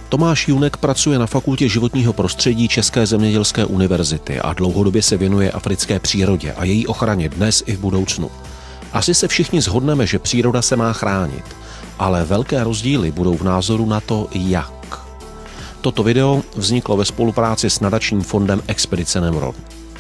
Tomáš Junek pracuje na Fakultě životního prostředí České zemědělské univerzity a dlouhodobě se věnuje africké přírodě a její ochraně dnes i v budoucnu. Asi se všichni shodneme, že příroda se má chránit, ale velké rozdíly budou v názoru na to, jak. Toto video vzniklo ve spolupráci s nadačním fondem Expedice Nemrod.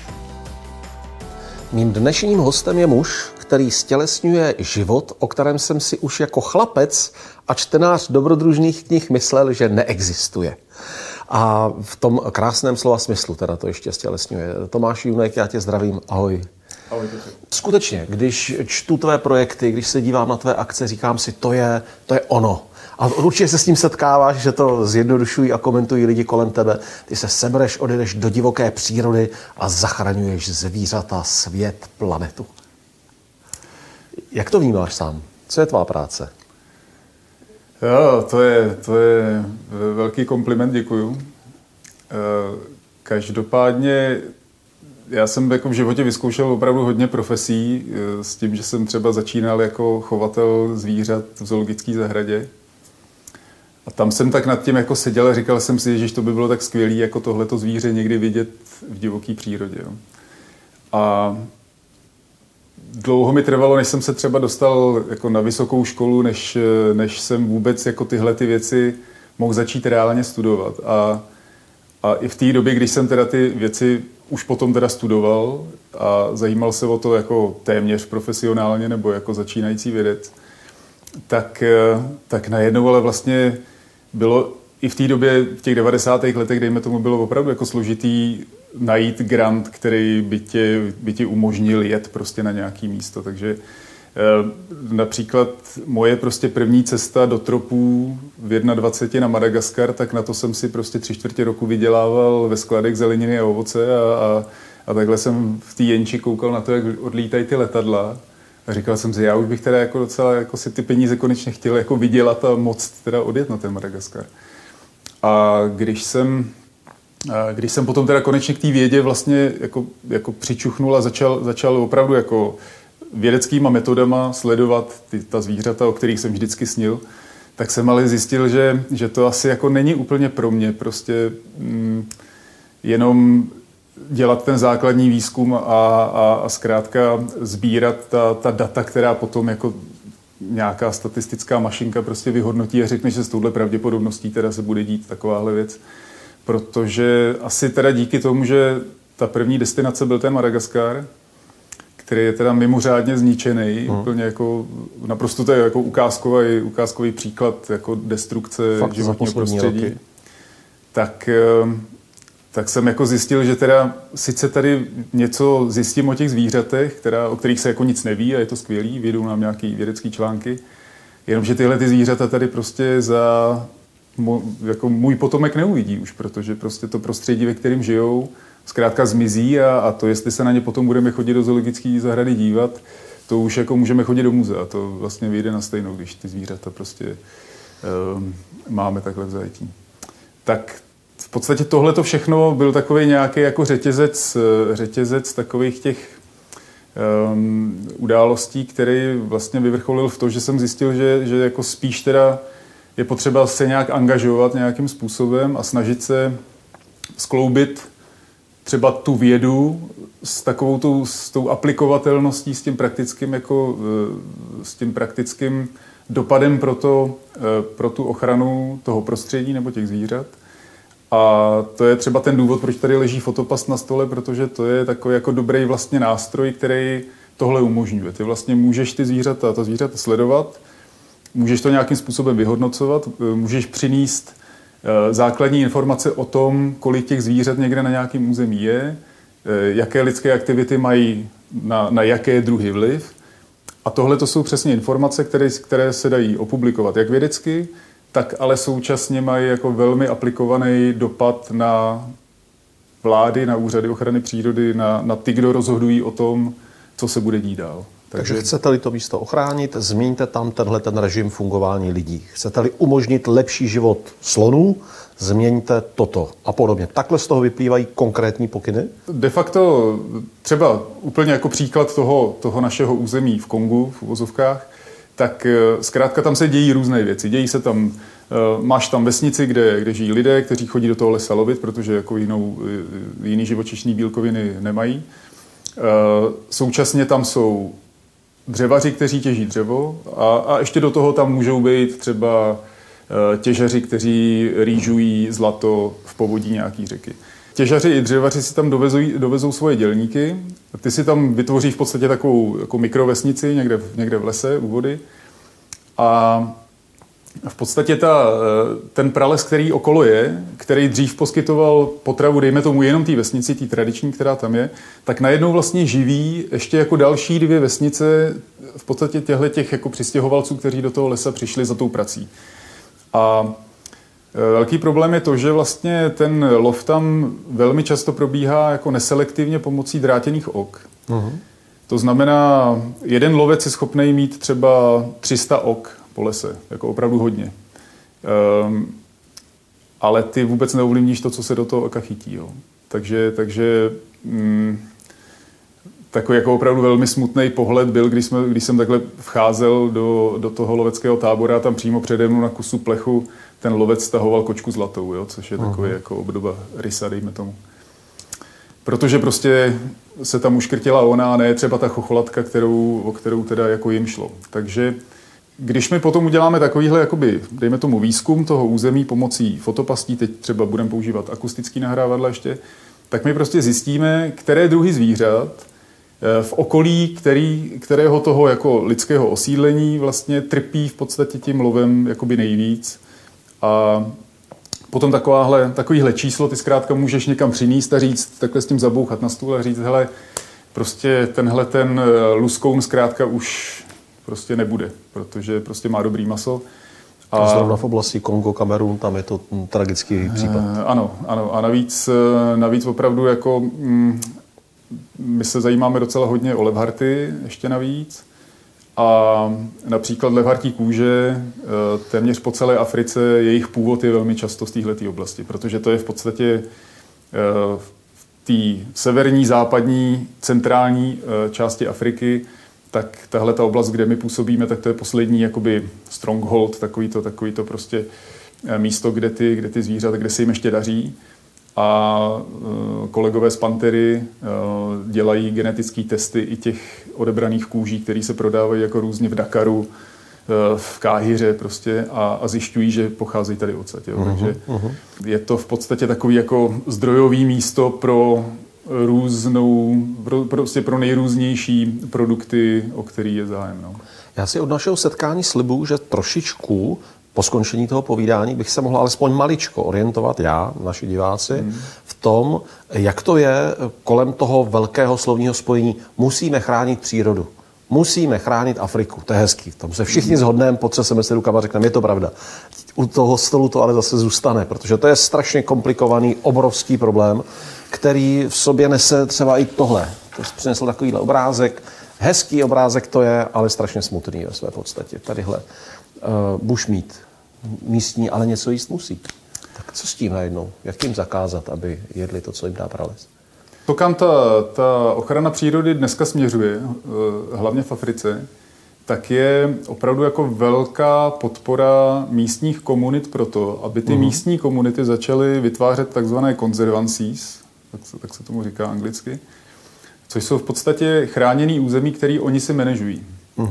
Mým dnešním hostem je muž, který stělesňuje život, o kterém jsem si už jako chlapec a čtenář dobrodružných knih myslel, že neexistuje. A v tom krásném slova smyslu teda to ještě stělesňuje. Tomáš Junek, já tě zdravím, ahoj. Ahoj. Skutečně, když čtu tvé projekty, když se dívám na tvé akce, říkám si, to je ono. A určitě se s tím setkáváš, že to zjednodušují a komentují lidi kolem tebe. Ty se sebereš, odjedeš do divoké přírody a zachraňuješ zvířata, svět, planetu. Jak to vnímáš sám? Co je tvá práce? Jo, to je velký kompliment, děkuju. Každopádně já jsem jako v životě vyzkoušel opravdu hodně profesí s tím, že jsem třeba začínal jako chovatel zvířat v zoologické zahradě. A tam jsem tak nad tím jako seděl a říkal jsem si, že to by bylo tak skvělé jako tohleto zvíře někdy vidět v divoké přírodě. Jo. A dlouho mi trvalo, než jsem se třeba dostal jako na vysokou školu, než jsem vůbec jako tyhle ty věci mohl začít reálně studovat. A i v té době, když jsem teda ty věci už potom teda studoval a zajímal se o to jako téměř profesionálně nebo jako začínající vědec, tak najednou ale vlastně bylo i v té době, v těch 90. letech, dejme tomu, bylo opravdu jako složitý najít grant, který by ti umožnil jet prostě na nějaký místo. Takže například moje prostě první cesta do tropů v 21 na Madagaskar, tak na to jsem si prostě 3/4 roku vydělával ve skladech zeleniny a ovoce a takhle jsem v té jenči koukal na to, jak odlítají ty letadla. A říkal jsem si, já už bych teda jako docela jako si ty peníze konečně chtěl jako vydělat a moc teda odjet na ten Madagaskar. A když jsem potom teda konečně k té vědě vlastně jako přičuchnul a začal opravdu jako vědeckýma metodama sledovat ta zvířata, o kterých jsem vždycky snil, tak jsem ale zjistil, že to asi jako není úplně pro mě. Prostě jenom dělat ten základní výzkum a zkrátka sbírat ta data, která potom jako nějaká statistická mašinka prostě vyhodnotí a řekne, že s touhle pravděpodobností teda se bude dít takováhle věc. Protože asi teda díky tomu, že ta první destinace byl ten Madagaskar, který je teda mimořádně zničený, úplně jako naprosto to je jako ukázkový příklad jako destrukce životního prostředí. Roky. Tak jsem jako zjistil, že teda sice tady něco zjistím o těch zvířatech, o kterých se jako nic neví a je to skvělý, vyjdou nám nějaký vědecký články, jenomže tyhle ty zvířata tady prostě jako můj potomek neuvidí už, protože prostě to prostředí, ve kterém žijou, zkrátka zmizí a to, jestli se na ně potom budeme chodit do zoologické zahrady dívat, to už jako můžeme chodit do muzea. To vlastně vyjde na stejnou, když ty zvířata prostě máme takhle v zajetí. Tak v podstatě tohleto všechno byl takový nějaký jako řetězec takových těch událostí, který vlastně vyvrcholil v to, že jsem zjistil, že jako spíš teda je potřeba se nějak angažovat nějakým způsobem a snažit se skloubit třeba tu vědu s tou aplikovatelností, s tím praktickým dopadem pro tu ochranu toho prostředí nebo těch zvířat. A to je třeba ten důvod, proč tady leží fotopast na stole, protože to je takový jako dobrý vlastně nástroj, který tohle umožňuje. Ty vlastně můžeš ta zvířata sledovat, můžeš to nějakým způsobem vyhodnocovat, můžeš přinést základní informace o tom, kolik těch zvířat někde na nějakém území je, jaké lidské aktivity mají na jaké druhy vliv. A tohle to jsou přesně informace, které se dají opublikovat jak vědecky, tak ale současně mají jako velmi aplikovaný dopad na vlády, na úřady ochrany přírody, na ty, kdo rozhodují o tom, co se bude dít dál. Takže chcete-li to místo ochránit, změňte tam ten režim fungování lidí. Chcete-li umožnit lepší život slonů, změňte toto a podobně. Takhle z toho vyplývají konkrétní pokyny? De facto třeba úplně jako příklad toho našeho území v Kongu, v uvozovkách, tak zkrátka tam se dějí různé věci. Dějí se tam, máš tam vesnici, kde žijí lidé, kteří chodí do toho lesa lovit, protože jako jiný živočišní bílkoviny nemají. Současně tam jsou dřevaři, kteří těží dřevo a ještě do toho tam můžou být třeba těžaři, kteří rýžují zlato v povodí nějaký řeky. Těžaři i dřevaři si tam dovezou svoje dělníky, ty si tam vytvoří v podstatě takovou jako mikrovesnici někde v lese u vody a v podstatě ten prales, který okolo je, který dřív poskytoval potravu, dejme tomu jenom té vesnici, té tradiční, která tam je, tak najednou vlastně živí ještě jako další 2 vesnice v podstatě těch jako přistěhovalců, kteří do toho lesa přišli za tou prací. A velký problém je to, že vlastně ten lov tam velmi často probíhá jako neselektivně pomocí drátěných ok. Uh-huh. To znamená, jeden lovec je schopný mít třeba 300 ok po lese, jako opravdu hodně. Ale ty vůbec neovlivníš to, co se do toho oka chytí. Jo. Takže takový jako opravdu velmi smutný pohled byl, když jsem takhle vcházel do toho loveckého tábora a tam přímo přede mnou na kusu plechu ten lovec stahoval kočku zlatou, jo, což je takový jako obdoba rysa, dejme tomu. Protože prostě se tam uškrtila ona a ne třeba ta chocholatka, o kterou teda jako jim šlo. Takže když my potom uděláme takovýhle, jakoby, dejme tomu výzkum toho území pomocí fotopastí, teď třeba budeme používat akustický nahrávadla ještě, tak my prostě zjistíme, které druhy zvířat v okolí, kterého toho jako lidského osídlení vlastně trpí v podstatě tím lovem jakoby nejvíc. A potom takovýhle číslo ty zkrátka můžeš někam přinést a říct, takhle s tím zabouchat na stůl a říct, hele, prostě ten luskoun zkrátka už prostě nebude, protože prostě má dobrý maso. A zrovna v oblasti Kongo, Kamerun, tam je to tragický případ. Ano. A navíc opravdu jako my se zajímáme docela hodně o levharty ještě navíc. A například levhartí kůže téměř po celé Africe, jejich původ je velmi často z téhleté oblasti, protože to je v podstatě v té severní, západní, centrální části Afriky, tak tahle ta oblast, kde my působíme, tak to je poslední jakoby stronghold, takový to prostě místo, kde ty zvířata, kde se jim ještě daří. A kolegové z Pantery dělají genetické testy i těch odebraných kůží, které se prodávají jako různě v Dakaru, v Káhiře prostě a zjišťují, že pocházejí tady odsud. Takže je to v podstatě takový jako zdrojový místo pro pro nejrůznější produkty, o který je zájem. No. Já si od našeho setkání slibuju, že trošičku po skončení toho povídání bych se mohl alespoň maličko orientovat já, naši diváci, v tom, jak to je kolem toho velkého slovního spojení. Musíme chránit přírodu. Musíme chránit Afriku. To je hezký. Tam se všichni shodneme, potřeseme si rukama a řekneme, je to pravda. U toho stolu to ale zase zůstane, protože to je strašně komplikovaný, obrovský problém, který v sobě nese třeba i tohle. To přinesl takovýhle obrázek. Hezký obrázek to je, ale strašně smutný ve své podstatě. Tadyhle bushmeat místní, ale něco jíst musí. Tak co s tím najednou? Jak jim zakázat, aby jedli to, co jim dá prales? To, kam ta ochrana přírody dneska směřuje, hlavně v Africe, tak je opravdu jako velká podpora místních komunit pro to, aby ty místní komunity začaly vytvářet takzvané conservancies, tak se tomu říká anglicky, což jsou v podstatě chráněný území, který oni si manažují.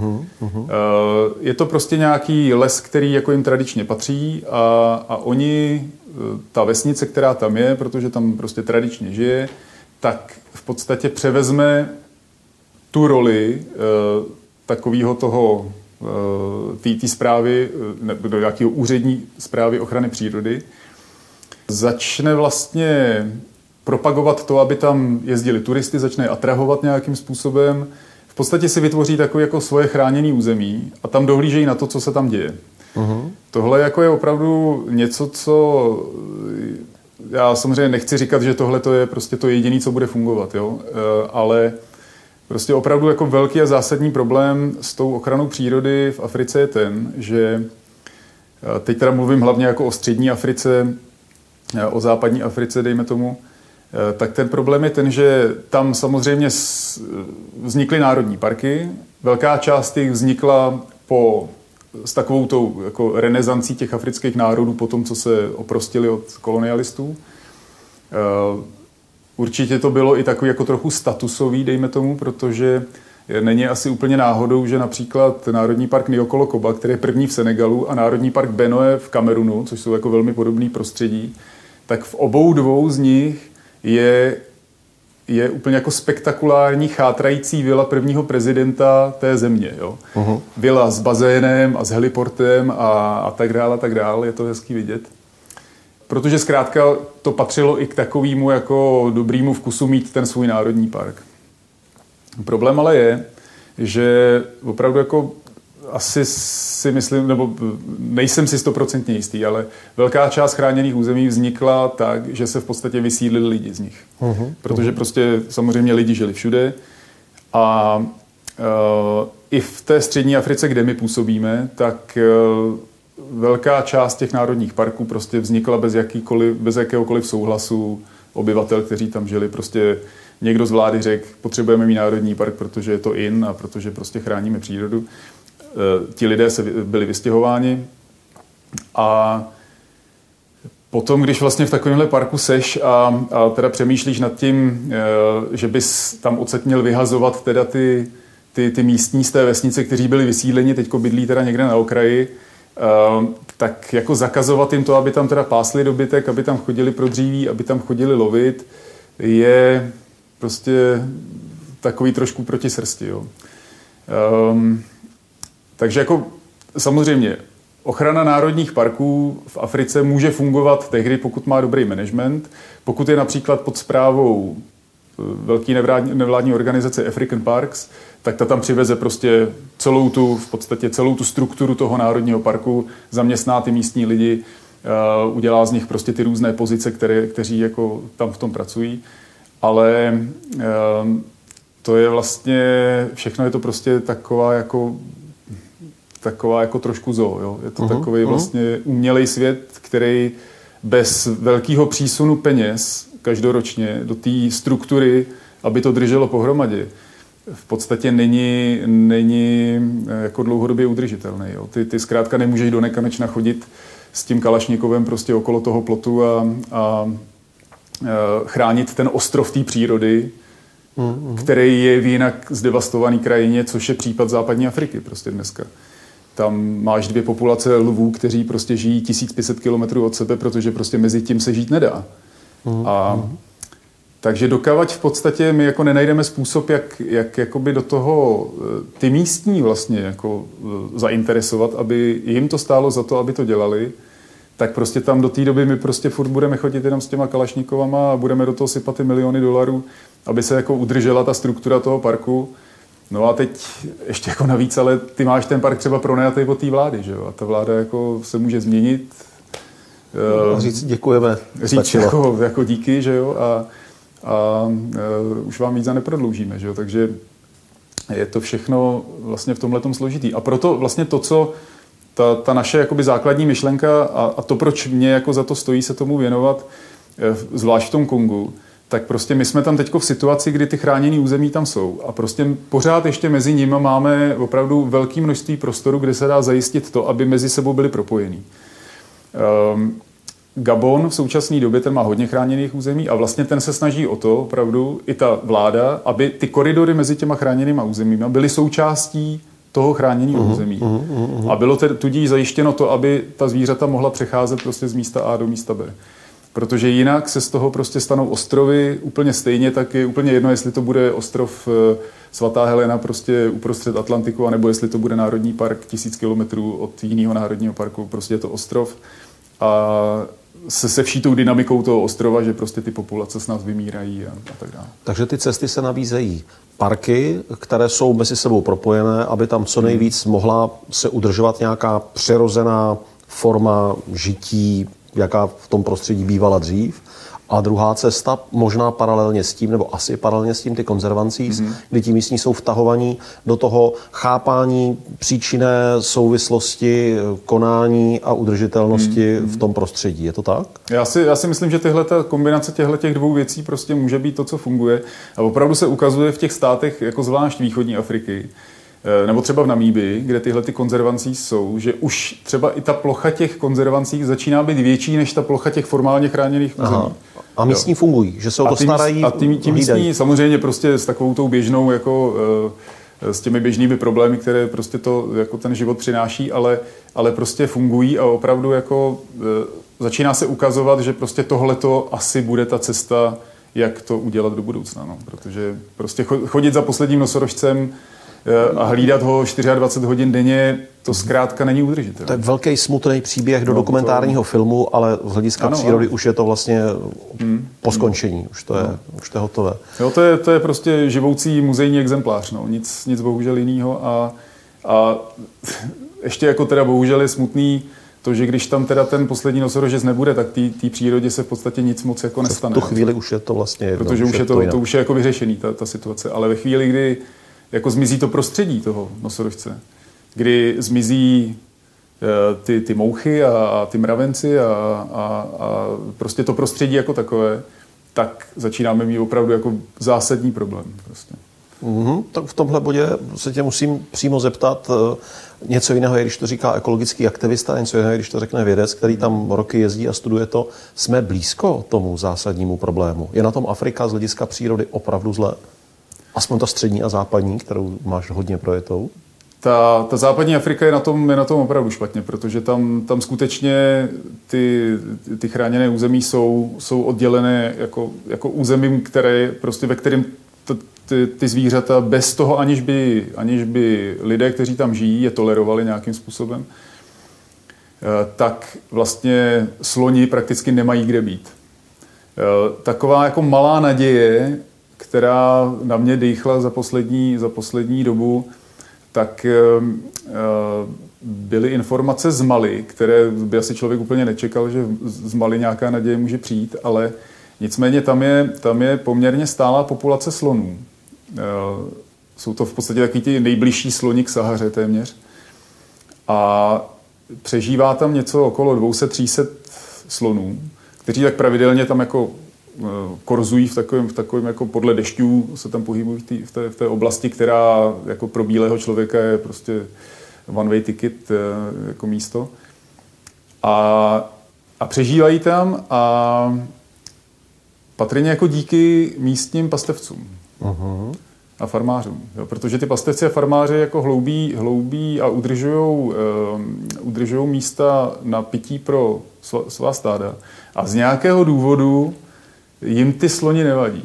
Je to prostě nějaký les, který jako jim tradičně patří a oni, ta vesnice, která tam je, protože tam prostě tradičně žije, tak v podstatě převezme tu roli takového toho, té zprávy, nebo do nějakého úřední zprávy ochrany přírody, začne vlastně propagovat to, aby tam jezdili turisty, začne atrahovat nějakým způsobem. V podstatě si vytvoří takové jako svoje chráněné území a tam dohlížejí na to, co se tam děje. Tohle jako je opravdu něco, co... Já samozřejmě nechci říkat, že tohle to je prostě to jediné, co bude fungovat, jo? Ale prostě opravdu jako velký a zásadní problém s tou ochranou přírody v Africe je ten, že teď teda mluvím hlavně jako o střední Africe, o západní Africe, dejme tomu, tak ten problém je ten, že tam samozřejmě vznikly národní parky, velká část jich vznikla s takovou tou jako renesancí těch afrických národů po tom, co se oprostili od kolonialistů. Určitě to bylo i takový jako trochu statusový, dejme tomu, protože není asi úplně náhodou, že například Národní park Niokolo-Koba, který je první v Senegalu, a Národní park Benue v Kamerunu, což jsou jako velmi podobný prostředí, tak v obou dvou z nich je úplně jako spektakulární chátrající vila prvního prezidenta té země. Jo? Uh-huh. Vila s bazénem a s heliportem a tak dále, je to hezký vidět. Protože zkrátka to patřilo i k takovému jako dobrýmu vkusu mít ten svůj národní park. Problém ale je, že opravdu jako asi si myslím, nebo nejsem si 100% jistý, ale velká část chráněných území vznikla tak, že se v podstatě vysídlili lidi z nich. Protože prostě samozřejmě lidi žili všude a i v té střední Africe, kde my působíme, tak velká část těch národních parků prostě vznikla bez jakéhokoliv souhlasu obyvatel, kteří tam žili. Prostě někdo z vlády řekl, potřebujeme mít národní park, protože je to in a protože prostě chráníme přírodu. Ti lidé byli vystěhováni a potom, když vlastně v takovémhle parku seš a teda přemýšlíš nad tím, že bys tam odsaď měl vyhazovat teda ty místní z té vesnice, kteří byli vysídleni, teďko bydlí teda někde na okraji, tak jako zakazovat jim to, aby tam teda pásli dobytek, aby tam chodili pro dříví, aby tam chodili lovit, je prostě takový trošku proti srsti. Jo. Takže jako samozřejmě ochrana národních parků v Africe může fungovat tehdy, pokud má dobrý management. Pokud je například pod správou velké nevládní organizace African Parks, tak ta tam přiveze prostě celou tu strukturu toho národního parku, zaměstná ty místní lidi, udělá z nich prostě ty různé pozice, kteří jako tam v tom pracují. Ale to je vlastně, všechno je to prostě taková jako trošku zoo. Jo? Je to takový vlastně umělej svět, který bez velkého přísunu peněz každoročně do té struktury, aby to drželo pohromadě, v podstatě není jako dlouhodobě udržitelný. Jo? Ty zkrátka nemůžeš do nekonečna chodit s tím kalašnikovem prostě okolo toho plotu a chránit ten ostrov té přírody, který je v jinak zdevastovaný krajině, což je případ západní Afriky prostě dneska. Tam máš 2 populace lvů, kteří prostě žijí 1500 kilometrů od sebe, protože prostě mezi tím se žít nedá. Takže dokavať v podstatě my jako nenajdeme způsob, jak jakoby do toho ty místní vlastně jako zainteresovat, aby jim to stálo za to, aby to dělali, tak prostě tam do té doby my prostě furt budeme chodit jenom s těma kalašníkovama a budeme do toho sypat ty miliony dolarů, aby se jako udržela ta struktura toho parku. No a teď ještě jako navíc, ale ty máš ten park třeba pronajatý od té vlády, že jo? A ta vláda jako se může změnit. Říct děkujeme. Říct jako díky, že jo? A už vám víc za neprodloužíme, že jo? Takže je to všechno vlastně v tomhletom složitý. A proto vlastně to, co ta naše jakoby základní myšlenka a to, proč mě jako za to stojí se tomu věnovat, zvlášť v tom Kongu, tak prostě my jsme tam teďko v situaci, kdy ty chráněné území tam jsou a prostě pořád ještě mezi nimi máme opravdu velké množství prostoru, kde se dá zajistit to, aby mezi sebou byli propojení. Gabon v současné době ten má hodně chráněných území a vlastně ten se snaží o to, opravdu, i ta vláda, aby ty koridory mezi těma chráněnýma územími byly součástí toho chráněného území. A bylo tudíž zajištěno to, aby ta zvířata mohla přecházet prostě z místa A do místa B. Protože jinak se z toho prostě stanou ostrovy úplně stejně, tak je úplně jedno, jestli to bude ostrov Svatá Helena prostě uprostřed Atlantiku, anebo jestli to bude národní park 1000 kilometrů od jiného národního parku. Prostě je to ostrov a se vší tou dynamikou toho ostrova, že prostě ty populace snad vymírají a tak dále. Takže ty cesty se nabízejí parky, které jsou mezi sebou propojené, aby tam co nejvíc mohla se udržovat nějaká přirozená forma žití, jaká v tom prostředí bývala dřív. A druhá cesta, možná paralelně s tím, nebo asi paralelně s tím, ty konzervancí, kdy ti místní jsou vtahovaní do toho chápání příčinné souvislosti, konání a udržitelnosti v tom prostředí. Je to tak? Já si myslím, že kombinace těch dvou věcí prostě může být to, co funguje. A opravdu se ukazuje v těch státech, jako zvlášť východní Afriky, nebo třeba v Namíbii, kde tyhle ty konzervancí jsou, že už třeba i ta plocha těch konzervancí začíná být větší než ta plocha těch formálně chráněných území. A místní fungují, že se o to starají. A ty místní samozřejmě prostě s takovou tou běžnou jako s těmi běžnými problémy, které prostě to jako ten život přináší, ale prostě fungují a opravdu jako začíná se ukazovat, že prostě tohleto asi bude ta cesta, jak to udělat do budoucna. No. Protože prostě chodit za posledním nosorožcem a hlídat ho 24 hodin denně, to zkrátka není udržitelné. To je velký smutný příběh do dokumentárního filmu, ale z hlediska přírody už je to vlastně po skončení. Už to je hotové. Jo, to je prostě živoucí muzejní exemplář. No. Nic bohužel jinýho. A ještě jako teda bohužel je smutný to, že když tam teda ten poslední nosorožec nebude, tak té přírodě se v podstatě nic moc jako nestane. V tu chvíli už je to vlastně jedno. Protože to už je jako vyřešený, ta situace. Ale ve chvíli, kdy jako zmizí to prostředí toho nosorožce, kdy zmizí ty mouchy a ty mravenci a prostě to prostředí jako takové, tak začínáme mít opravdu jako zásadní problém. Prostě. Tak v tomhle bodě se tě musím přímo zeptat. Něco jiného je, když to říká ekologický aktivista, něco jiného je, když to řekne vědec, který tam roky jezdí a studuje to. Jsme blízko tomu zásadnímu problému. Je na tom Afrika z hlediska přírody opravdu zle? Aspoň ta střední a západní, kterou máš hodně projetou? Ta západní Afrika je na tom opravdu špatně, protože tam skutečně ty chráněné území jsou oddělené jako územím, ve kterém ty zvířata bez toho, aniž by lidé, kteří tam žijí, je tolerovali nějakým způsobem, tak vlastně sloni prakticky nemají kde být. Taková jako malá naděje, která na mě dýchla za poslední dobu, tak byly informace z Mali, které by asi člověk úplně nečekal, že z Mali nějaká naděje může přijít, ale nicméně tam je poměrně stálá populace slonů. Jsou to v podstatě takový ti nejbližší sloni k Sahaře téměř. A přežívá tam něco okolo 200-300 slonů, kteří tak pravidelně tam jako korzují v takovém jako podle dešťů se tam pohybují v té oblasti, která jako pro bílého člověka je prostě one way ticket jako místo. A přežívají tam a patrně jako díky místním pastevcům a farmářům. Jo, protože ty pastevci a farmáři jako hloubí a udržujou místa na pití pro svá stáda. A z nějakého důvodu jim ty sloni nevadí.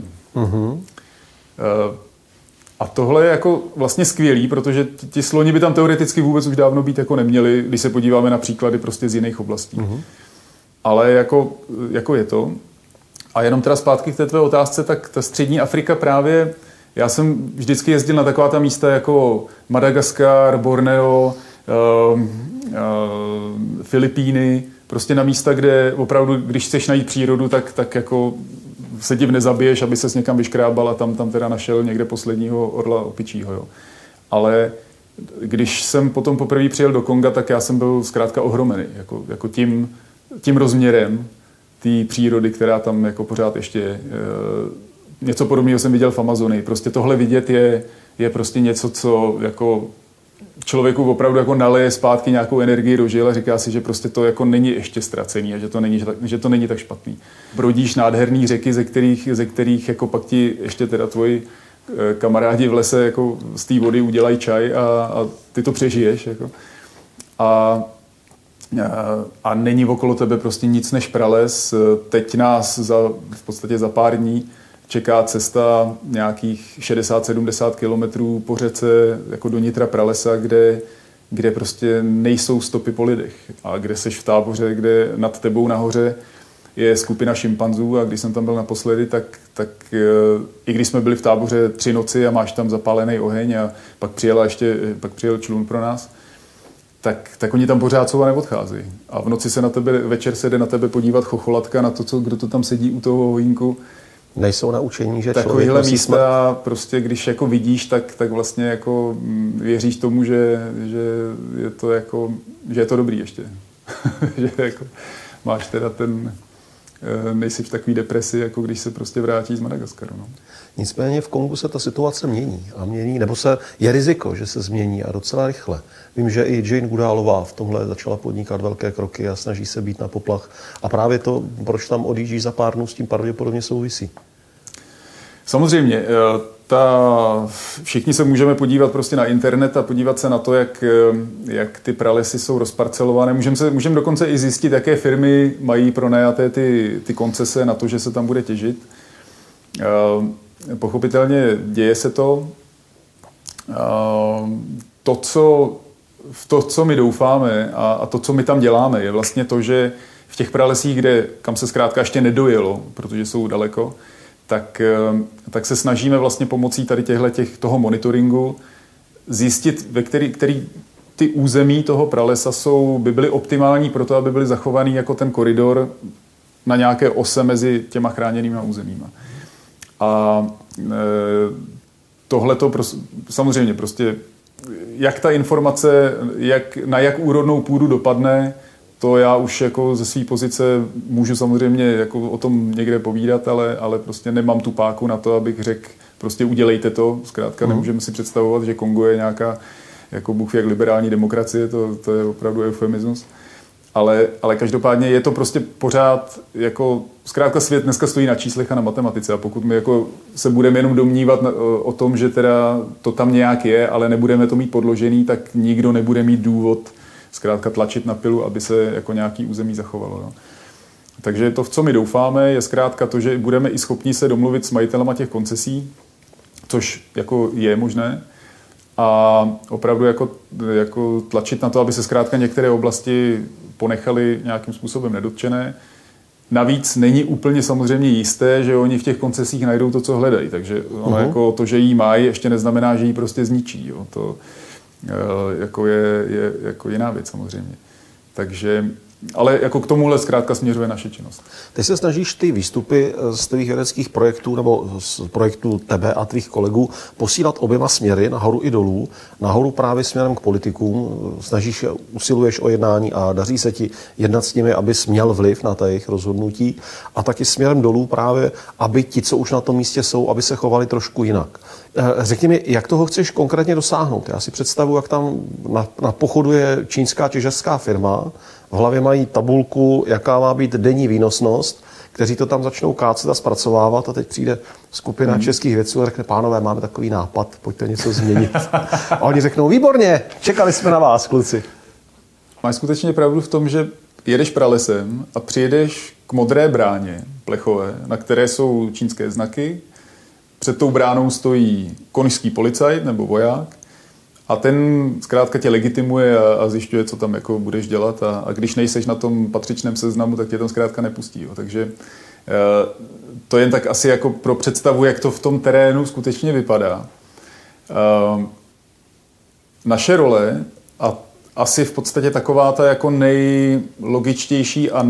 A tohle je jako vlastně skvělý, protože ti sloni by tam teoreticky vůbec už dávno být jako neměli, když se podíváme na příklady prostě z jiných oblastí. Ale jako je to. A jenom teda zpátky k té tvé otázce, tak ta střední Afrika právě, já jsem vždycky jezdil na taková ta místa jako Madagaskar, Borneo, Filipíny, prostě na místa, kde opravdu, když chceš najít přírodu, tak jako se div nezabiješ, aby ses někam vyškrábal a tam teda našel někde posledního orla opičího. Jo. Ale když jsem potom poprvé přijel do Konga, tak já jsem byl zkrátka ohromený. Jako tím rozměrem té přírody, která tam jako pořád ještě je. Něco podobného jsem viděl v Amazonii. Prostě tohle vidět je prostě něco, co jako člověku opravdu jako naleje zpátky nějakou energii do žil a říká si, že prostě to jako není ještě ztracený a že to není tak špatný. Brodíš nádherný řeky, ze kterých jako pak ti ještě teda tvoji kamarádi v lese jako z té vody udělají čaj a ty to přežiješ. Jako. A není okolo tebe prostě nic než prales. Teď nás v podstatě za pár dní čeká cesta nějakých 60-70 kilometrů po řece jako do nitra pralesa, kde prostě nejsou stopy po lidech. A kde seš v táboře, kde nad tebou nahoře je skupina šimpanzů a když jsem tam byl naposledy, tak i když jsme byli v táboře 3 noci a máš tam zapálený oheň a pak přijel člun pro nás, tak oni tam pořád jsou a neodcházejí. A v noci večer se jde na tebe podívat chocholatka na to, kdo to tam sedí u toho ohýnku. Nejsou naučení, že takovýhle místa prostě, když jako vidíš, tak vlastně jako věříš tomu, že je to dobrý ještě. Že jako máš teda nejsi v takové depresi, jako když se prostě vrátí z Madagaskaru. No. Nicméně v Kongu se ta situace mění a mění, nebo je riziko, že se změní a docela rychle. Vím, že i Jane Goodálová v tomhle začala podnikat velké kroky a snaží se být na poplach. A právě to, proč tam odjíždí za pár dnů, s tím pravděpodobně souvisí. Samozřejmě, všichni se můžeme podívat prostě na internet a podívat se na to, jak ty pralesy jsou rozparcelované. Můžeme dokonce i zjistit, jaké firmy mají pronajaté ty koncese na to, že se tam bude těžit. Pochopitelně děje se to. To, co my doufáme a to, co my tam děláme, je vlastně to, že v těch pralesích, kam se zkrátka ještě nedojelo, protože jsou daleko, tak se snažíme vlastně pomocí tady toho monitoringu zjistit, který ty území toho pralesa by byly optimální pro to, aby byly zachovaný jako ten koridor na nějaké ose mezi těma chráněnýma územíma. A tohleto samozřejmě prostě, jak ta informace, na jak úrodnou půdu dopadne, to já už jako ze své pozice můžu samozřejmě jako o tom někde povídat, ale prostě nemám tu páku na to, abych řekl, prostě udělejte to. Zkrátka nemůžeme si představovat, že Kongo je nějaká jako bůh jak liberální demokracie, to je opravdu eufemismus. Ale každopádně je to prostě pořád jako zkrátka svět dneska stojí na číslech a na matematice a pokud my jako se budeme jenom domnívat o tom, že teda to tam nějak je, ale nebudeme to mít podložený, tak nikdo nebude mít důvod zkrátka tlačit na pilu, aby se jako nějaký území zachovalo. No. Takže to, v co my doufáme, je zkrátka to, že budeme i schopni se domluvit s majitelema těch koncesí, což jako je možné, a opravdu jako tlačit na to, aby se zkrátka některé oblasti ponechaly nějakým způsobem nedotčené. Navíc není úplně samozřejmě jisté, že oni v těch koncesích najdou to, co hledají. Takže ono jako to, že jí mají, ještě neznamená, že jí prostě zničí. Jo. To jako je jako jiná věc samozřejmě. Takže, ale jako k tomuhle zkrátka směřuje naše činnost. Ty se snažíš ty výstupy z tvých vědeckých projektů nebo z projektů tebe a tvých kolegů posílat oběma směry, nahoru i dolů. Nahoru právě směrem k politikům, usiluješ o jednání a daří se ti jednat s nimi, abys měl vliv na ta jejich rozhodnutí, a taky směrem dolů právě, aby ti, co už na tom místě jsou, aby se chovali trošku jinak. Řekni mi, jak toho chceš konkrétně dosáhnout? Já si představuji, jak tam na pochodu je čínská těžařská firma, v hlavě mají tabulku, jaká má být denní výnosnost, kteří to tam začnou kácet a zpracovávat, a teď přijde skupina českých vědců a řekne, pánové, máme takový nápad, pojďte něco změnit. A oni řeknou, výborně, čekali jsme na vás, kluci. Máš skutečně pravdu v tom, že jedeš pralesem a přijedeš k modré bráně plechové, na které jsou čínské znaky. Před tou bránou stojí konžský policajt nebo voják a ten zkrátka tě legitimuje a zjišťuje, co tam jako budeš dělat, a když nejseš na tom patřičném seznamu, tak tě tam zkrátka nepustí. Jo. Takže to jen tak asi jako pro představu, jak to v tom terénu skutečně vypadá. Naše role a asi v podstatě taková ta jako nejlogičtější a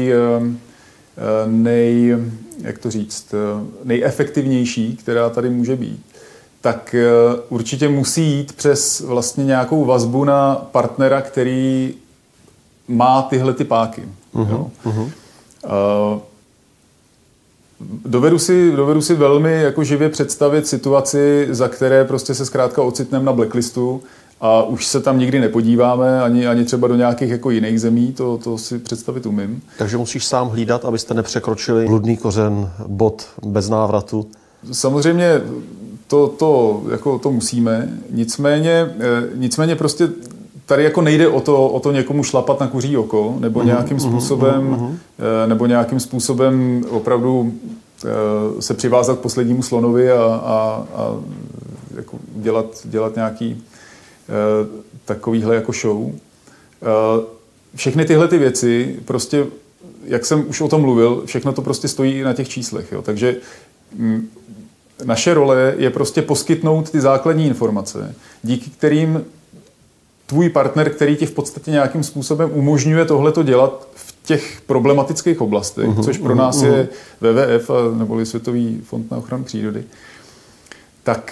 nejefektivnější, která tady může být, tak určitě musí jít přes vlastně nějakou vazbu na partnera, který má tyhle ty páky. Dovedu si velmi jako živě představit situaci, za které prostě se zkrátka ocitneme na blacklistu a už se tam nikdy nepodíváme, ani třeba do nějakých jako jiných zemí, to si představit umím. Takže musíš sám hlídat, abyste nepřekročili bludný kořen, bod bez návratu. Samozřejmě to musíme, nicméně prostě tady jako nejde o to někomu šlapat na kuří oko, nebo nějakým způsobem opravdu se přivázat k poslednímu slonovi a jako dělat nějaký takovýhle jako show. Všechny tyhle ty věci prostě, jak jsem už o tom mluvil, všechno to prostě stojí na těch číslech. Jo. Takže naše role je prostě poskytnout ty základní informace, díky kterým tvůj partner, který ti v podstatě nějakým způsobem umožňuje tohleto dělat v těch problematických oblastech, což pro nás je WWF, neboli Světový fond na ochranu přírody, tak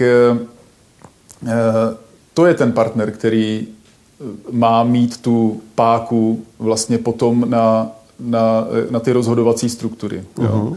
to je ten partner, který má mít tu páku vlastně potom na ty rozhodovací struktury. Jo.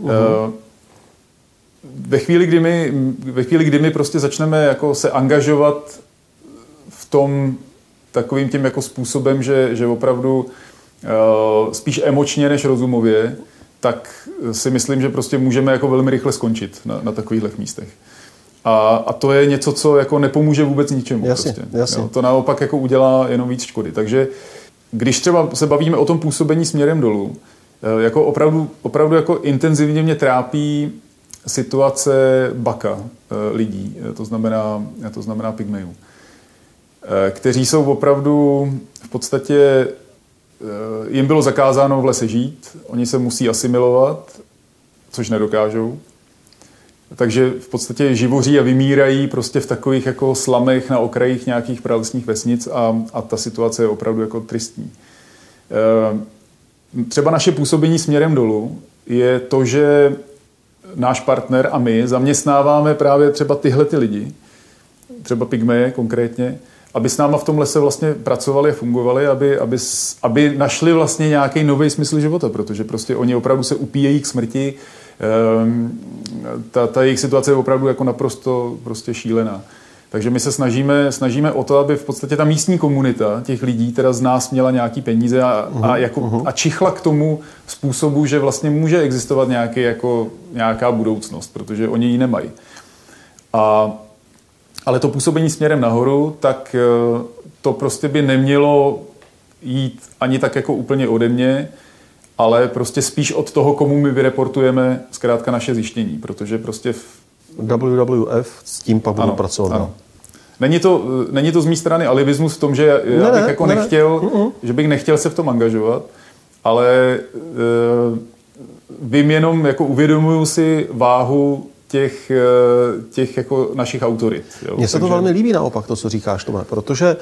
Ve chvíli, kdy my prostě začneme jako se angažovat v tom takovým tím jako způsobem, že opravdu spíš emočně než rozumově, tak si myslím, že prostě můžeme jako velmi rychle skončit na takovýchhle místech. A to je něco, co jako nepomůže vůbec ničemu. Jasně, prostě. jasně. Jo, to naopak jako udělá jenom víc škody. Takže když třeba se bavíme o tom působení směrem dolů, jako opravdu jako intenzivně mě trápí situace baka lidí, to znamená pygmejů, kteří jsou opravdu v podstatě, jim bylo zakázáno v lese žít, oni se musí asimilovat, což nedokážou. Takže v podstatě živoří a vymírají prostě v takových jako slamech na okrajích nějakých pralesních vesnic a ta situace je opravdu jako tristní. Třeba naše působení směrem dolů je to, že náš partner a my zaměstnáváme právě třeba tyhle ty lidi, třeba pygmeje konkrétně, aby s náma v tom lese vlastně pracovali a fungovali, aby našli vlastně nějaký nový smysl života, protože prostě oni opravdu se upíjejí k smrti. Ta jejich situace je opravdu jako naprosto prostě šílená. Takže my se snažíme o to, aby v podstatě ta místní komunita těch lidí teda z nás měla nějaký peníze a čichla k tomu způsobu, že vlastně může existovat nějaká budoucnost, protože oni ji nemají. Ale to působení směrem nahoru, tak to prostě by nemělo jít ani tak jako úplně ode mě, ale prostě spíš od toho, komu my vyreportujeme zkrátka naše zjištění, protože prostě WWF s tím pak budu pracovat. Ano. Není to z mé strany alibismus v tom, že že bych nechtěl se v tom angažovat, ale vím jenom, jako uvědomuju si váhu těch jako našich autorit. Mně se to velmi líbí naopak, to, co říkáš, Tome, protože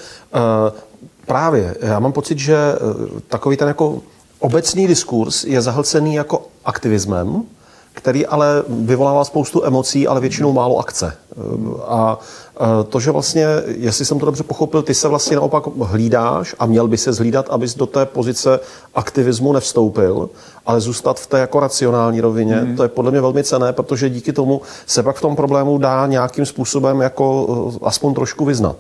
právě já mám pocit, že takový ten jako obecný diskurs je zahlcený jako aktivismem, který ale vyvolává spoustu emocí, ale většinou málo akce. A to, že vlastně, jestli jsem to dobře pochopil, ty se vlastně naopak hlídáš a měl by se zhlídat, abys do té pozice aktivismu nevstoupil, ale zůstat v té jako racionální rovině. To je podle mě velmi cenné, protože díky tomu se pak v tom problému dá nějakým způsobem jako aspoň trošku vyznat.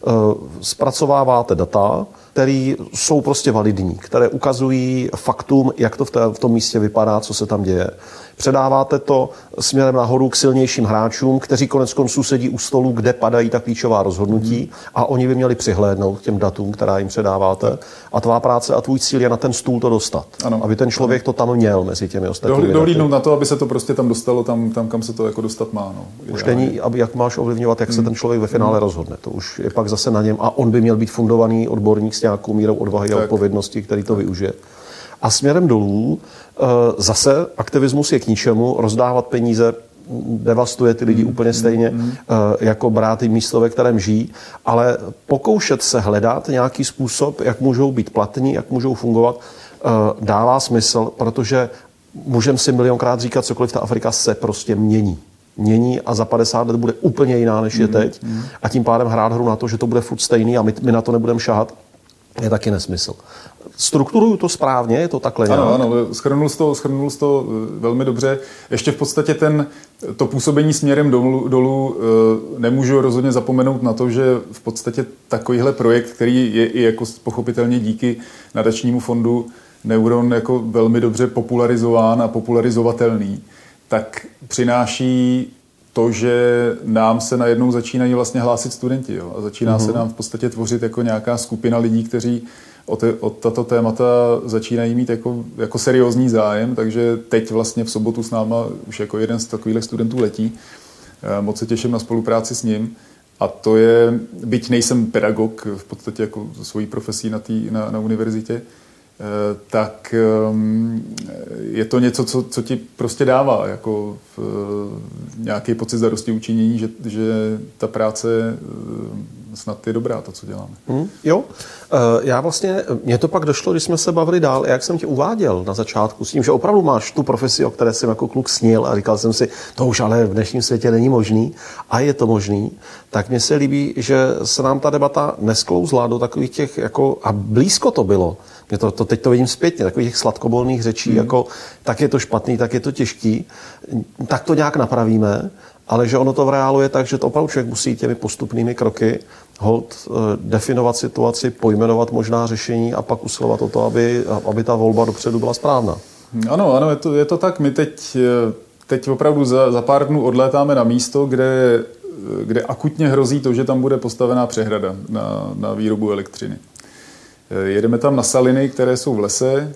Zpracováváte data, které jsou prostě validní, které ukazují faktům, jak to v tom místě vypadá, co se tam děje. Předáváte to směrem nahoru k silnějším hráčům, kteří konec konců sedí u stolu, kde padají ta klíčová rozhodnutí a oni by měli přihlédnout k těm datům, která jim předáváte. A tvá práce a tvůj cíl je na ten stůl to dostat. Ano. Aby ten člověk to tam měl mezi těmi ostatními. Dohlídnout na to, aby se to prostě tam dostalo, tam kam se to jako dostat má. No. Už není, jak máš ovlivňovat, jak se ten člověk ve finále rozhodne. To už je pak zase na něm a on by měl být fundovaný odborník s nějakou mírou odvahy a odpovědnosti, který to využije. A směrem dolů zase aktivismus je k ničemu, rozdávat peníze devastuje ty lidi úplně stejně, jako brát jim místo, ve kterém žijí, ale pokoušet se hledat nějaký způsob, jak můžou být platní, jak můžou fungovat, dává smysl, protože můžeme si milionkrát říkat, cokoliv ta Afrika se prostě mění a za 50 let bude úplně jiná, než je teď. A tím pádem hrát hru na to, že to bude furt stejný a my na to nebudeme šahat, je taky nesmysl. Strukturuju to správně, je to takhle nějak? Ano, shrnul jsi to velmi dobře. Ještě v podstatě to působení směrem dolů nemůžu rozhodně zapomenout na to, že v podstatě takovýhle projekt, který je i jako pochopitelně díky nadačnímu fondu Neuron jako velmi dobře popularizován a popularizovatelný, tak přináší to, že nám se najednou začínají vlastně hlásit studenti. Jo? A začíná se nám v podstatě tvořit jako nějaká skupina lidí, kteří o tato témata začínají mít jako seriózní zájem, takže teď vlastně v sobotu s náma už jako jeden z takových studentů letí. Moc se těším na spolupráci s ním. A to je, byť nejsem pedagog v podstatě jako svojí profesí na univerzitě, tak je to něco, co ti prostě dává jako nějaký pocit zadosti učinění, že ta práce snad je dobrá, to, co děláme. Jo, já vlastně, mně to pak došlo, když jsme se bavili dál, jak jsem tě uváděl na začátku, s tím, že opravdu máš tu profesi, o které jsem jako kluk snil a říkal jsem si, to už ale v dnešním světě není možný a je to možný, tak mně se líbí, že se nám ta debata nesklouzla do takových těch, jako, a blízko to bylo, Teď to vidím zpětně, takových těch sladkobolných řečí, jako tak je to špatný, tak je to těžký, tak to nějak napravíme, ale že ono to v reálu je tak, že to opravdu člověk musí těmi postupnými kroky definovat situaci, pojmenovat možná řešení a pak usilovat o to, aby ta volba dopředu byla správná. Ano, je to tak. My teď opravdu za pár dnů odlétáme na místo, kde akutně hrozí to, že tam bude postavená přehrada na výrobu elektřiny. Jedeme tam na saliny, které jsou v lese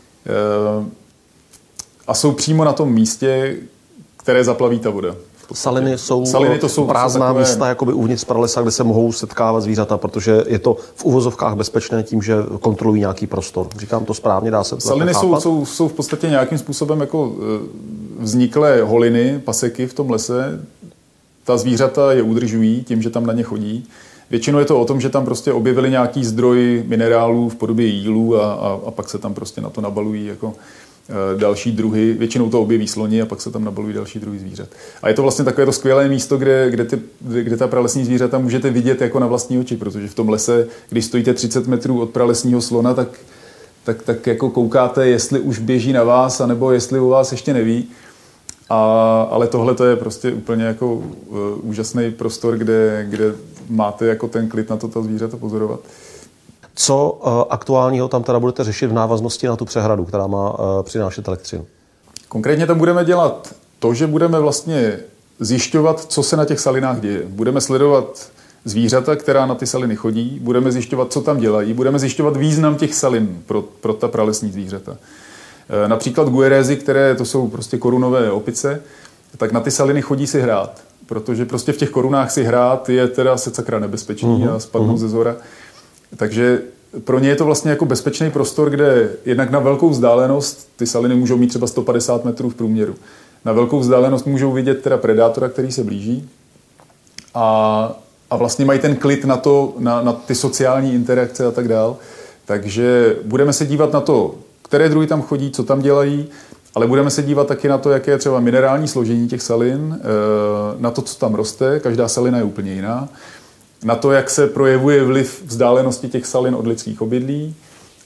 a jsou přímo na tom místě, které zaplaví ta voda. Saliny to jsou prázdná takové místa jakoby uvnitř pralesa, kde se mohou setkávat zvířata, protože je to v uvozovkách bezpečné tím, že kontrolují nějaký prostor. Říkám to správně, dá se to Saliny jsou v podstatě nějakým způsobem jako vzniklé holiny, paseky v tom lese. Ta zvířata je udržují tím, že tam na ně chodí. Většinou je to o tom, že tam prostě objevili nějaký zdroj minerálů v podobě jílů a pak se tam prostě na to nabalují jako další druhy. Většinou to objeví sloni a pak se tam nabalují další druhy zvířat. A je to vlastně takové to skvělé místo, kde ta pralesní zvířata můžete vidět jako na vlastní oči, protože v tom lese, když stojíte 30 metrů od pralesního slona, tak jako koukáte, jestli už běží na vás, anebo jestli o vás ještě neví. Ale tohle to je prostě úplně jako úžasný prostor, kde máte jako ten klid na to ta zvířata pozorovat. Co aktuálního tam teda budete řešit v návaznosti na tu přehradu, která má přinášet elektřinu? Konkrétně tam budeme dělat to, že budeme vlastně zjišťovat, co se na těch salinách děje. Budeme sledovat zvířata, která na ty saliny chodí, budeme zjišťovat, co tam dělají, budeme zjišťovat význam těch salin pro ta pralesní zvířata. Například guerézy, které to jsou prostě korunové opice, tak na ty saliny chodí si hrát, protože prostě v těch korunách si hrát je teda secakra nebezpečný a spadnou ze zora. Takže pro ně je to vlastně jako bezpečný prostor, kde jednak na velkou vzdálenost, ty saliny můžou mít třeba 150 metrů v průměru, na velkou vzdálenost můžou vidět teda predátora, který se blíží a vlastně mají ten klid na to, na ty sociální interakce a tak dál. Takže budeme se dívat na to, které druhy tam chodí, co tam dělají, ale budeme se dívat taky na to, jaké je třeba minerální složení těch salin, na to, co tam roste, každá salina je úplně jiná, na to, jak se projevuje vliv vzdálenosti těch salin od lidských obydlí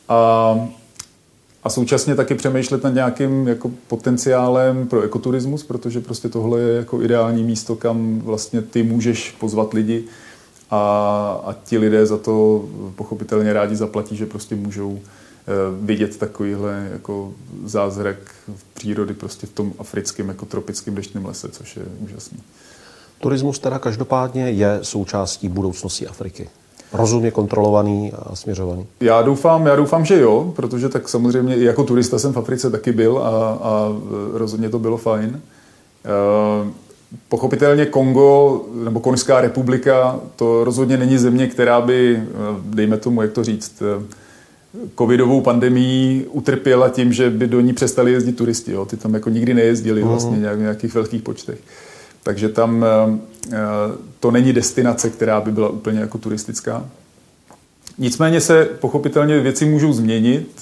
a současně taky přemýšlet nad nějakým jako potenciálem pro ekoturismus, protože prostě tohle je jako ideální místo, kam vlastně ty můžeš pozvat lidi a ti lidé za to pochopitelně rádi zaplatí, že prostě můžou vidět takovýhle jako zázrak přírody prostě v tom africkém jako tropickém deštném lese, což je úžasný. Turismus teda každopádně je součástí budoucnosti Afriky. Rozumně kontrolovaný a směřovaný. Já doufám, že jo, protože tak samozřejmě i jako turista jsem v Africe taky byl a rozhodně to bylo fajn. Pochopitelně Kongo nebo Konžská republika to rozhodně není země, která by, dejme tomu, jak to říct, covidovou pandemii utrpěla tím, že by do ní přestali jezdit turisti. Jo. Ty tam jako nikdy nejezdili vlastně v nějakých velkých počtech. Takže tam to není destinace, která by byla úplně jako turistická. Nicméně se pochopitelně věci můžou změnit.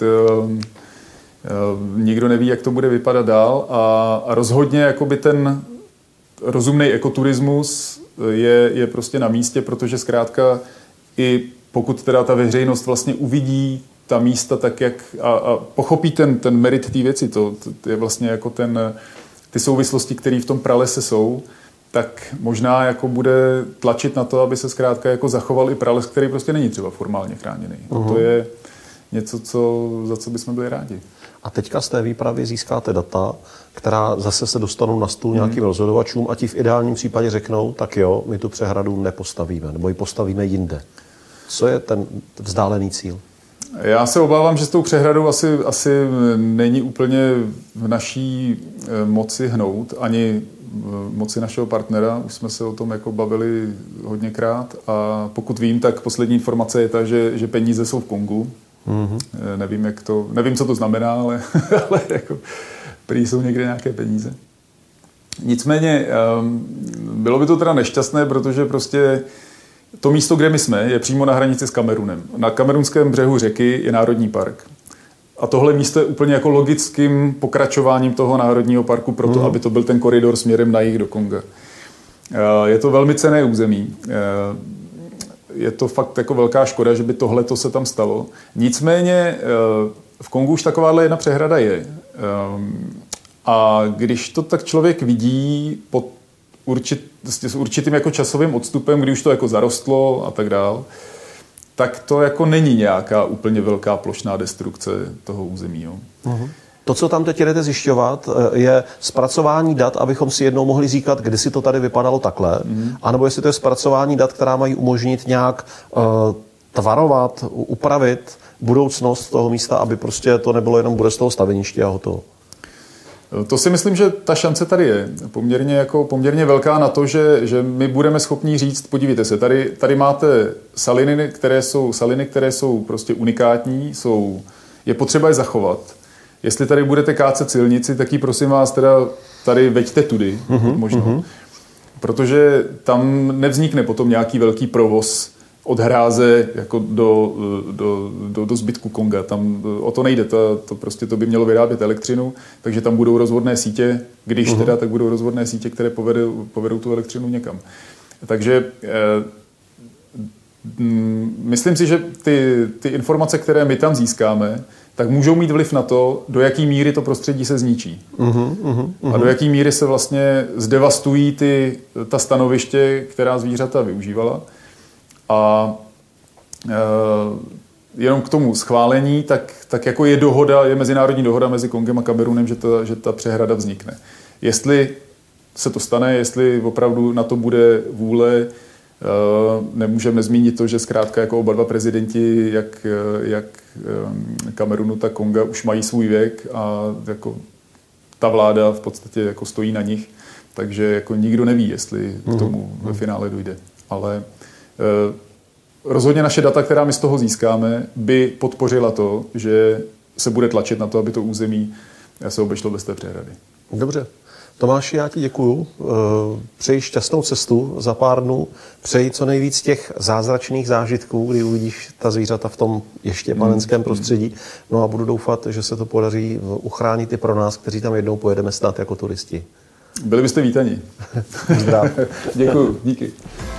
Nikdo neví, jak to bude vypadat dál a rozhodně jakoby ten rozumný ekoturismus je prostě na místě, protože zkrátka i pokud teda ta veřejnost vlastně uvidí ta místa tak, jak a pochopí ten merit té věci, to je vlastně jako ty souvislosti, které v tom pralese jsou, tak možná jako bude tlačit na to, aby se zkrátka jako zachoval i prales, který prostě není třeba formálně chráněný. To je něco, za co bychom byli rádi. A teďka z té výpravy získáte data, která zase se dostanou na stůl nějakým rozhodovačům a ti v ideálním případě řeknou, tak jo, my tu přehradu nepostavíme, nebo ji postavíme jinde. Co je ten vzdálený cíl? Já se obávám, že s tou přehradou asi není úplně v naší moci hnout, ani moci našeho partnera. Už jsme se o tom jako bavili hodněkrát a pokud vím, tak poslední informace je ta, že peníze jsou v Kongu. Nevím, co to znamená, ale jako prý jsou někde nějaké peníze. Nicméně bylo by to teda nešťastné, protože prostě to místo, kde my jsme, je přímo na hranici s Kamerunem. Na kamerunském břehu řeky je národní park. A tohle místo je úplně jako logickým pokračováním toho národního parku proto, aby to byl ten koridor směrem na jih do Konga. Je to velmi cenné území. je to fakt jako velká škoda, že by tohleto se tam stalo. Nicméně v Kongu už takováhle jedna přehrada je. A když to tak člověk vidí s určitým jako časovým odstupem, kdy už to jako zarostlo a tak dál, tak to jako není nějaká úplně velká plošná destrukce toho území. Jo. To, co tam teď jdete zjišťovat, je zpracování dat, abychom si jednou mohli říkat, kdy si to tady vypadalo takhle, anebo jestli to je zpracování dat, která mají umožnit nějak tvarovat, upravit budoucnost toho místa, aby prostě to nebylo jenom bude z toho staveniště a hotovo. To si myslím, že ta šance tady je poměrně velká na to, že my budeme schopni říct, podívejte se, tady máte saliny, které jsou prostě unikátní, je potřeba je zachovat. Jestli tady budete kácet silnici, tak ji prosím vás teda tady veďte tudy, možno. Protože tam nevznikne potom nějaký velký provoz od hráze jako do zbytku Konga. Tam o to nejde. To by mělo vyrábět elektřinu, takže tam budou rozvodné sítě, když teda, tak budou rozvodné sítě, které povedou tu elektřinu někam. Takže myslím si, že ty informace, které my tam získáme, tak můžou mít vliv na to, do jaký míry to prostředí se zničí. A do jaký míry se vlastně zdevastují ta stanoviště, která zvířata využívala. A jenom k tomu schválení, tak jako je mezinárodní dohoda mezi Kongem a Kamerunem, že ta přehrada vznikne. Jestli se to stane, jestli opravdu na to bude vůle, nemůžeme zmínit to, že zkrátka jako oba dva prezidenti, jak Kamerunu, tak Konga, už mají svůj věk a jako ta vláda v podstatě jako stojí na nich, takže jako nikdo neví, jestli k tomu ve finále dojde. Ale rozhodně naše data, která my z toho získáme, by podpořila to, že se bude tlačit na to, aby to území se obešlo bez té přehrady. Dobře. Tomáši, já ti děkuju. Přeji šťastnou cestu za pár dnů. Přeji co nejvíc těch zázračných zážitků, kdy uvidíš ta zvířata v tom ještě panenském prostředí. No a budu doufat, že se to podaří uchránit i pro nás, kteří tam jednou pojedeme stát jako turisti. Byli byste vítaní. Zdrav. Děkuju, díky.